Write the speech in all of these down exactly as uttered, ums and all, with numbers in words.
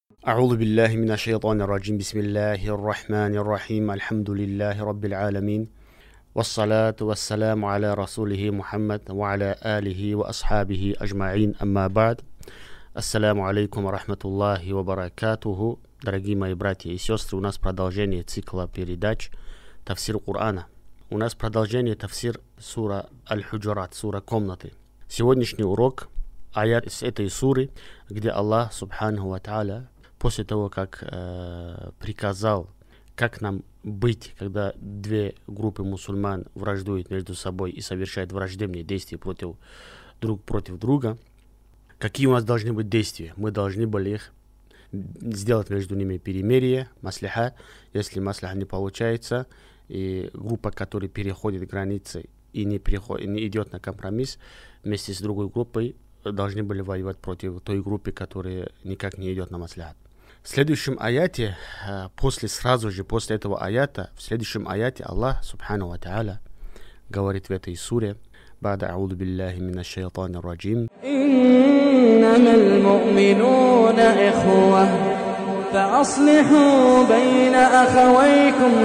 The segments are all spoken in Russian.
أعوذ بالله من الشيطان الرجيم بسم الله الرحمن الرحيم الحمد لله رب العالمين والصلاة والسلام على رسوله محمد وعلى آله وأصحابه أجمعين أما بعد. Ассаляму алейкум ва рахматуллахи ва баракатуху. Дорогие мои братья и сестры, у нас продолжение цикла передач Тафсир Корана. У нас продолжение Тафсир сура Аль-Худжурат, сура комнаты. Сегодняшний урок аят из этой суры, где Аллах Субханаху ва Тааля после того, как э, приказал, как нам быть, когда две группы мусульман враждуют между собой и совершают враждебные действия против, друг против друга, какие у нас должны быть действия? Мы должны были их сделать между ними перемирие, маслиха. Если маслиха не получается, и группа, которая переходит границы и не, переходит, не идет на компромисс, вместе с другой группой должны были воевать против той группы, которая никак не идет на маслиха. В следующем аяте, после, сразу же после этого аята, в следующем аяте Аллах Субхану ва Тааля говорит в этой суре: «Бада а'уду биллахи минаш шайтанир раджим. Иннамал му'минуна ихва, фааслиху байна ахавайкум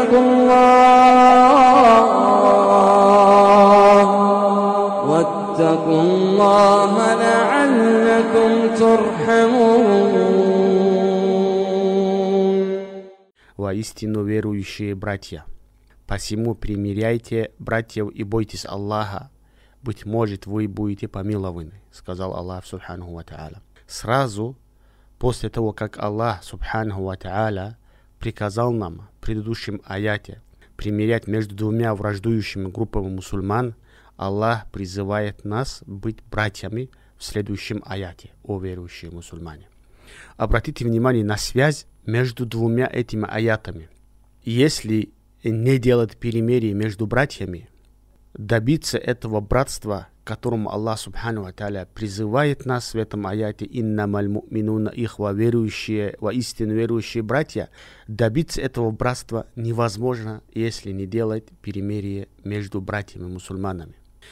ваттакуллах, ваттакуллаха ла'аллакум турхамун». Воистину верующие братья, посему примиряйте братьев и бойтесь Аллаха, быть может, вы будете помилованы, сказал Аллах Субханаху ва Тааля. Сразу после того, как Аллах Субханаху ва Тааля приказал нам в предыдущем аяте примирять между двумя враждующими группами мусульман, Аллах призывает нас быть братьями в следующем аяте, о верующие мусульмане. Обратите внимание на связь между двумя этими аятами. Если не делать перемирие между братьями, добиться этого братства, к которому Аллах Субхану ва Тааля призывает нас в этом аяте, «Иннамаль му'минуна ихва», верующие, воистину верующие братья, добиться этого братства невозможно, если не делать перемирие между братьями-мусульманами.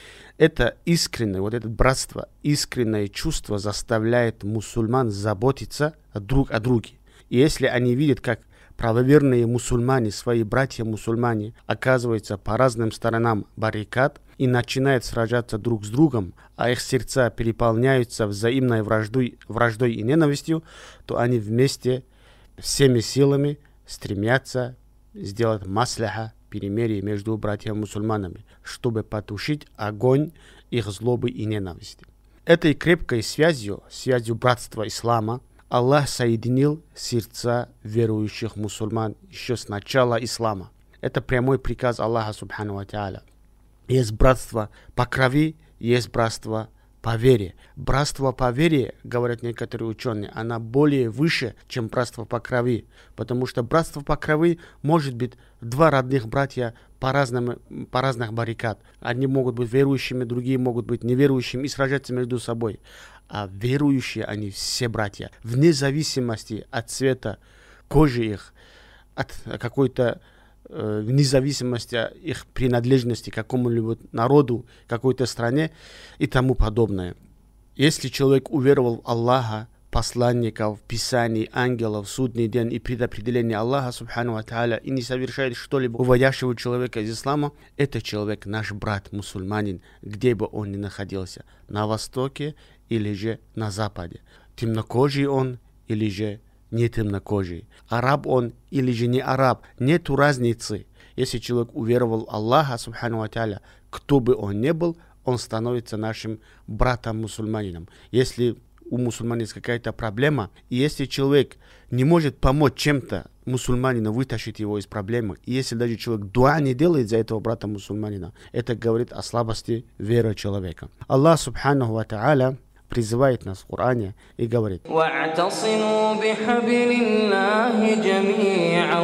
Это искреннее, вот это братство, искреннее чувство заставляет мусульман заботиться друг о друге. И если они видят, как правоверные мусульмане, свои братья-мусульмане, оказываются по разным сторонам баррикад и начинают сражаться друг с другом, а их сердца переполняются взаимной враждой, враждой и ненавистью, то они вместе всеми силами стремятся сделать маслиха, перемирие между братьями-мусульманами, чтобы потушить огонь их злобы и ненависти. Этой крепкой связью, связью братства ислама, Аллах соединил сердца верующих мусульман еще с начала ислама. Это прямой приказ Аллаха Субхану ва Тааля. Есть братство по крови, есть братство по вере. Братство по вере, говорят некоторые ученые, она более выше, чем братство по крови. Потому что братство по крови может быть два родных братья по, разным, по разных баррикад. Одни могут быть верующими, другие могут быть неверующими и сражаться между собой. А верующие, они все братья, вне зависимости от цвета кожи их, от какой-то э, вне зависимости от их принадлежности к какому-либо народу, какой-то стране и тому подобное. Если человек уверовал в Аллаха, посланников, писаний, ангелов, судный день и предопределение Аллаха Субхану ва Тааля и не совершает что-либо уводящего человека из ислама, это человек наш брат, мусульманин, где бы он ни находился, на востоке или же на западе. Темнокожий он или же не темнокожий. Араб он или же не араб. Нету разницы. Если человек уверовал в Аллаха Субхану ва Тааля, кто бы он ни был, он становится нашим братом-мусульманином. Если у мусульман есть какая-то проблема, и если человек не может помочь чем-то мусульманину, вытащить его из проблемы, и если даже человек дуа не делает за этого брата мусульманина, это говорит о слабости веры человека. Аллах Субханаху ва Тааля призывает нас в Коране и говорит: واعتصموا بحبل الله جميعا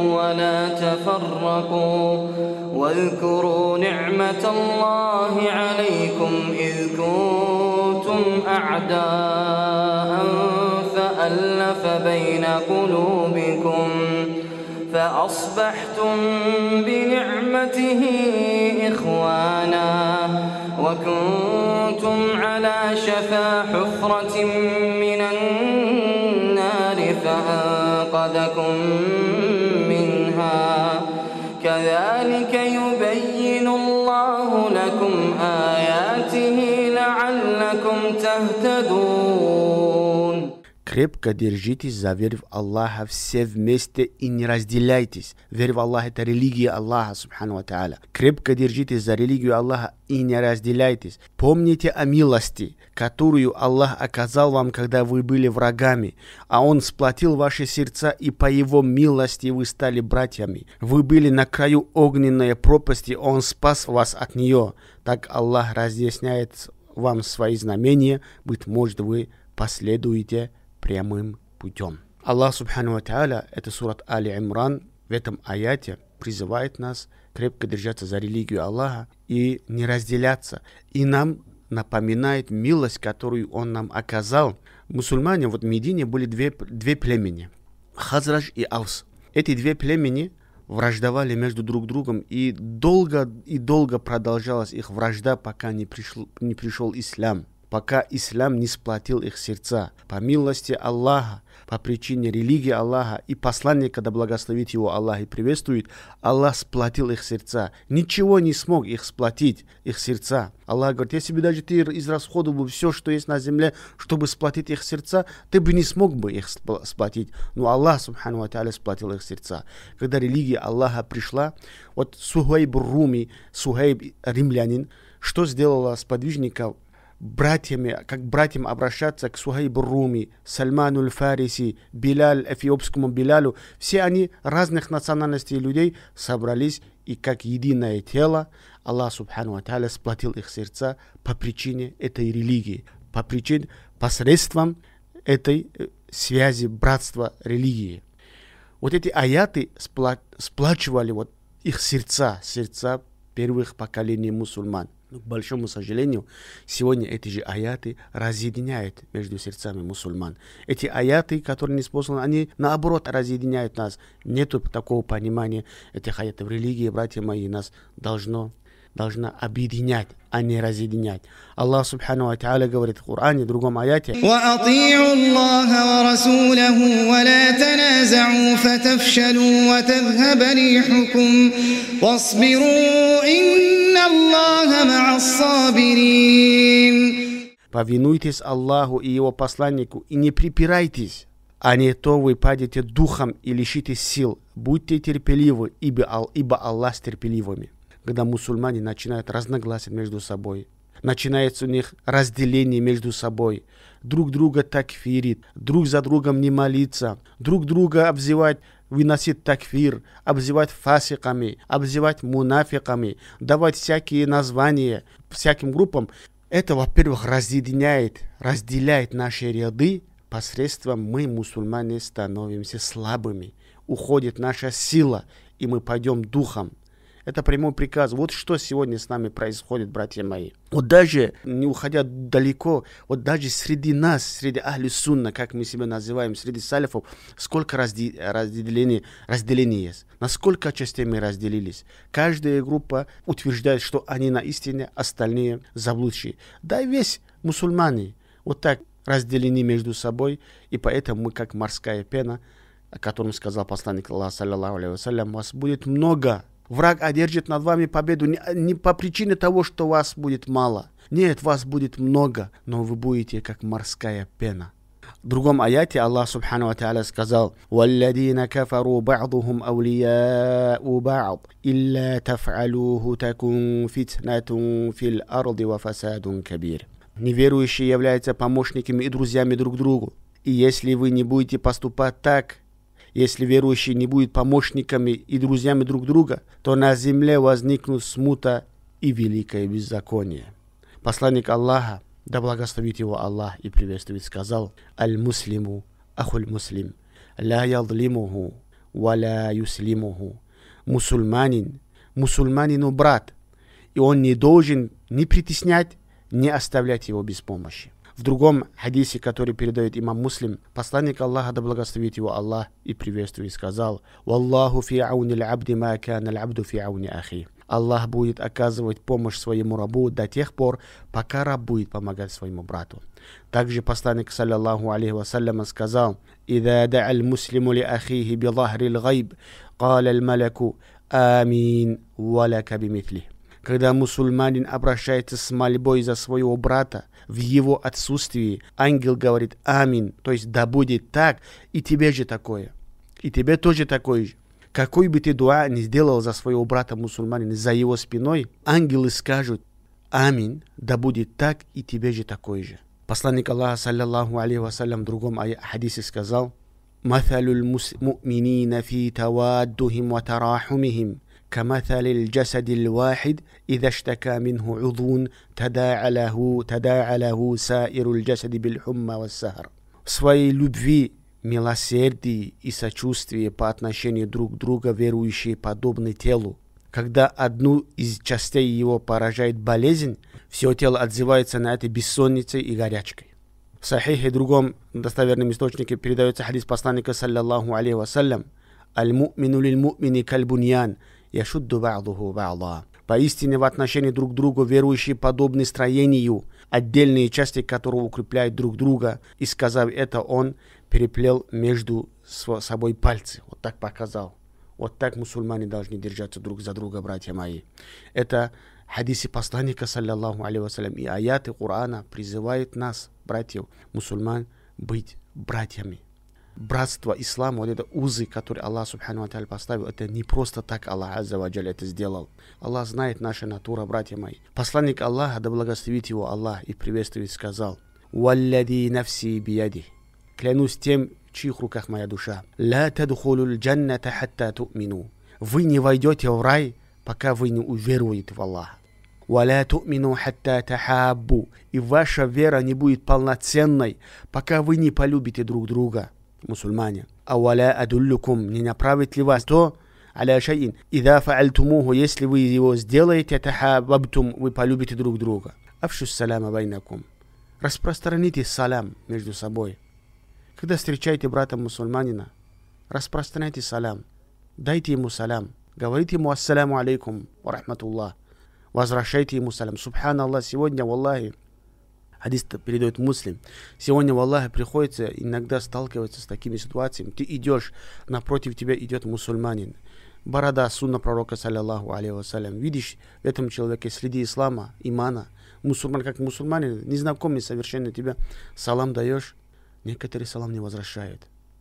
ولا تفرقوا واذكروا نعمة الله عليكم إذ كنتم أعداء فألف بين قلوبكم فأصبحتم بنعمته إخوانا وكنتم على شفا حفرة من النار أخرجكم منها كذلك يبين الله لكم آياته لعلكم تهتدون. Крепко держитесь за веру в Аллаха все вместе и не разделяйтесь. Вера в Аллаха — это религия Аллаха, субхану ва тааля. Крепко держитесь за религию Аллаха и не разделяйтесь. Помните о милости, которую Аллах оказал вам, когда вы были врагами, а Он сплотил ваши сердца, и по Его милости вы стали братьями. Вы были на краю огненной пропасти, Он спас вас от нее. Так Аллах разъясняет вам свои знамения, быть может, вы последуете прямым путем. Аллах субхану ва тааля, это сурат Али Имран, в этом аяте призывает нас крепко держаться за религию Аллаха и не разделяться. И нам напоминает милость, которую Он нам оказал. Мусульмане вот в Медине были две, две племени, Хазрадж и Аус. Эти две племени враждовали между друг другом, и долго и долго продолжалась их вражда, пока не пришел, не пришел ислам. Пока ислам не сплотил их сердца. По милости Аллаха, по причине религии Аллаха и посланника, да благословит его Аллах и приветствует, Аллах сплотил их сердца. Ничего не смог их сплотить, их сердца. Аллах говорит, если бы даже ты израсходовал бы все, что есть на земле, чтобы сплотить их сердца, ты бы не смог бы их сплотить. Но Аллах, субхану ва тааля, сплотил их сердца. Когда религия Аллаха пришла, вот Сухайб Руми, Сухайб римлянин, что сделала сподвижников братьями, как братьям обращаться к Сухайбу Руми, Сальману аль-Фариси, Билаль, эфиопскому Билалю. Все они разных национальностей людей собрались, и как единое тело Аллах субхану ва тааля сплотил их сердца по причине этой религии, по причине, посредством этой связи, братства религии. Вот эти аяты спла- сплачивали вот их сердца, сердца первых поколений мусульман. Но, к большому сожалению, сегодня эти же аяты разъединяют между сердцами мусульман. Эти аяты, которые неспосланы, они наоборот разъединяют нас. Нет такого понимания этих аятов. Религии, братья мои, нас должно, должна объединять, а не разъединять. Аллах субхану ва тааля говорит в Коране, в другом аяте: وَأَطِيعُوا اللَّهَ وَرَسُولَهُ وَلَا تَنَازَعُوا فَتَفْشَلُوا وَتَذْهَبَ رِيحُكُمْ وَاصْبِرُوا إِنَّ اللَّهَ مَعَ الصَّابِرِينَ. Повинуйтесь Аллаху и Его посланнику и не припирайтесь, а не то вы падете духом и лишитесь сил. Будьте терпеливы, ибо, ибо Аллах с терпеливыми. Когда мусульмане начинают разногласия между собой, начинается у них разделение между собой, друг друга такфирит, друг за другом не молиться, друг друга обзывать, выносить такфир, обзывать фасиками, обзывать мунафиками, давать всякие названия всяким группам. Это, во-первых, разъединяет, разделяет наши ряды, посредством мы, мусульмане, становимся слабыми, уходит наша сила, и мы пойдем духом. Это прямой приказ. Вот что сегодня с нами происходит, братья мои. Вот даже, не уходя далеко, вот даже среди нас, среди ахли сунна, как мы себя называем, среди салифов, сколько разди, разделений, разделений есть. На сколько частей мы разделились. Каждая группа утверждает, что они на истине, остальные заблудшие. Да и весь мусульмане вот так разделены между собой, и поэтому мы, как морская пена, о котором сказал посланник Аллаха, саллаллаху алейхи вассалям, вас будет много. Враг одержит над вами победу не, не по причине того, что вас будет мало. Нет, вас будет много, но вы будете как морская пена. В другом аяте Аллах субхану ва тааля сказал: «Валладина кафару ба'духум аулияу ба'д, илля таф'алуху такун фитнатун фил арди ва фасадун кабир». Неверующие являются помощниками и друзьями друг другу. И если вы не будете поступать так, если верующие не будут помощниками и друзьями друг друга, то на земле возникнут смута и великое беззаконие. Посланник Аллаха, да благословит его Аллах и приветствует, сказал: «Аль-муслиму ахуль муслим, ла ядлимуху, ва ла юслимуху». Мусульманин, мусульманину брат, и он не должен ни притеснять, ни оставлять его без помощи. В другом хадисе, который передает имам Муслим, посланник Аллаха, да благословит его Аллах и приветствует, сказал: «Валлаху фи ауни аль-абди ма кана аль-абду фи ауни ахи». Аллах будет оказывать помощь своему рабу до тех пор, пока раб будет помогать своему брату. Также посланник, саллаллаху алейхи вассалям, сказал: «Ида да'а аль-муслиму ли ахихи би захри аль-гайб, каля аль-маляку амин валяка бимитли». Когда мусульманин обращается с мольбой за своего брата в его отсутствии, ангел говорит «Амин», то есть «Да будет так», и тебе же такое, и тебе тоже такое же. Какой бы ты дуа ни сделал за своего брата мусульманина, за его спиной, ангелы скажут «Амин», «Да будет так», и тебе же такое же. Посланник Аллаха, саллаллаху алейхи вассалям, в другом хадисе сказал: «Матhalul му'минина фи таваддухим ва тарахумихим كمثل الجسد الواحد إذا اشتكى منه عضو تداعى له تداعى له سائر الجسد بالحمى والسهر». В своей любви, милосердии и сочувствии по отношению друг к другу верующие подобны телу. Когда одну из частей его поражает болезнь, все тело отзывается на это бессонницей и горячкой. В сахихе, другом достоверном источнике, передается хадис посланника, саллаллаху алейхи вассалям: «Аль-му'мину лиль-му'мини каль-буньян яшудду ба'духу ба'да». Поистине в отношении друг к другу верующие подобны строению, отдельные части которого укрепляют друг друга. И сказав это, он переплел между собой пальцы. Вот так показал. Вот так мусульмане должны держаться друг за друга, братья мои. Это хадисы посланника, саллаллаху алейхи вассалям, и аяты Корана призывают нас, братьев, мусульман, быть братьями. Братство ислама, вот это узы, которые Аллах субхану ва тааля поставил, это не просто так Аллах азза ва джаль это сделал. Аллах знает нашу натуру, братья мои. Посланник Аллаха, да благословит его Аллах и приветствует, сказал: «Валлади нафси бияди». Клянусь тем, в чьих руках моя душа. «Ла тадхулул джанната хатта ту'мину». Вы не войдете в рай, пока вы не уверуете в Аллаха. «Валя ту'мину хатта тахаббу». И ваша вера не будет полноценной, пока вы не полюбите друг друга. Мусульмане. «Аваля адуллюкум». Не направит ли вас то, аля шайин, ида фаальтумуху, если вы его сделаете, тахаббтум, вы полюбите друг друга. Афшу салама байнакум. Распространите салам между собой. Когда встречаете брата мусульманина, распространяйте салам. Дайте ему салам. Говорите ему ассаляму алейкум ва рахматуллах. Возвращайте ему салам. Субханаллах, сегодня, валлахи, хадис передает Муслим, сегодня в Аллахе приходится иногда сталкиваться с такими ситуациями. Ты идешь, напротив тебя идет мусульманин. Борода, сунна пророка, саллаллаху алейхи вассалям. Видишь в этом человеке среди ислама, имана. Мусульман как мусульманин, незнакомый совершенно, тебя салам даешь. Некоторые салам не возвращают.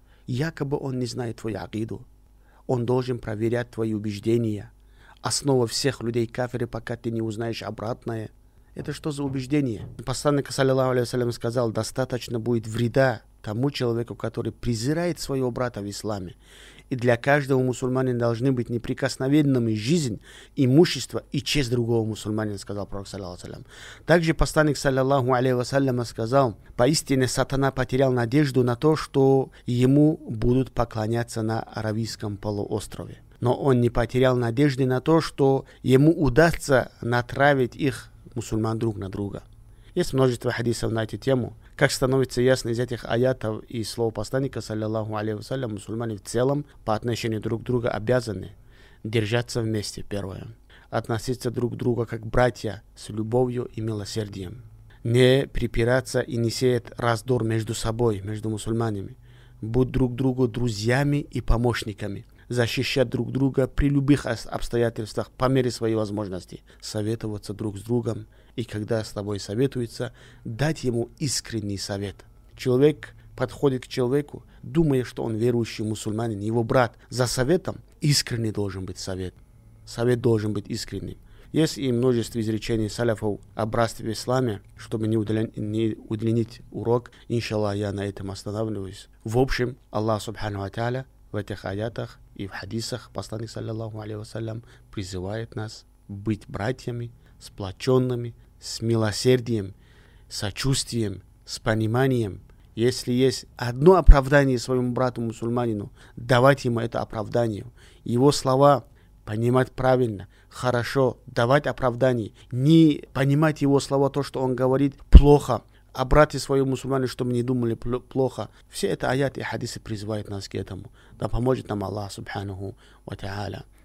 Якобы он не знает твою акиду. Он должен проверять твои убеждения. Основа всех людей кафиры, пока ты не узнаешь обратное. Это что за убеждение? Посланник, саллаллаху алейхи вассалям, сказал: достаточно будет вреда тому человеку, который презирает своего брата в исламе. И для каждого мусульманина должны быть неприкосновенными жизнь, имущество и честь другого мусульманина, сказал пророк, саллаллаху алейхи вассалям. Также посланник, саллаллаху алейхи вассалям, сказал: поистине сатана потерял надежду на то, что ему будут поклоняться на Аравийском полуострове. Но он не потерял надежды на то, что ему удастся натравить их, мусульман, друг на друга. Есть множество хадисов на эту тему. Как становится ясно из этих аятов и слов посланника, саллаллаху алейхи вассалям, мусульмане в целом по отношению друг к другу обязаны держаться вместе, первое. Относиться друг к другу как братья с любовью и милосердием. Не припираться и не сеять раздор между собой, между мусульманами. Будь друг другу друзьями и помощниками. Защищать друг друга при любых обстоятельствах по мере своей возможности. Советоваться друг с другом. И когда с тобой советуется, дать ему искренний совет. Человек подходит к человеку, думая, что он верующий мусульманин, его брат. За советом искренний должен быть совет. Совет должен быть искренним. Есть и множество изречений салафов о братстве в исламе. Чтобы не, удален, не удлинить урок, иншаллах, я на этом останавливаюсь. В общем, Аллах субхану ва тааля в этих аятах и в хадисах посланник, саллаллаху алейхи вассалям, призывает нас быть братьями, сплоченными, с милосердием, сочувствием, с пониманием. Если есть одно оправдание своему брату мусульманину, давать ему это оправдание. Его слова понимать правильно, хорошо, давать оправдание. Не понимать его слова, то, что он говорит, плохо. А братья свои мусульмане, чтобы не думали плохо. Все это аяты и хадисы призывают нас к этому. Да поможет нам Аллах субханаху ва тааля.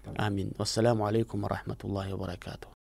Амин. Вассаламу алейкум ва рахматуллахи ва баракатух.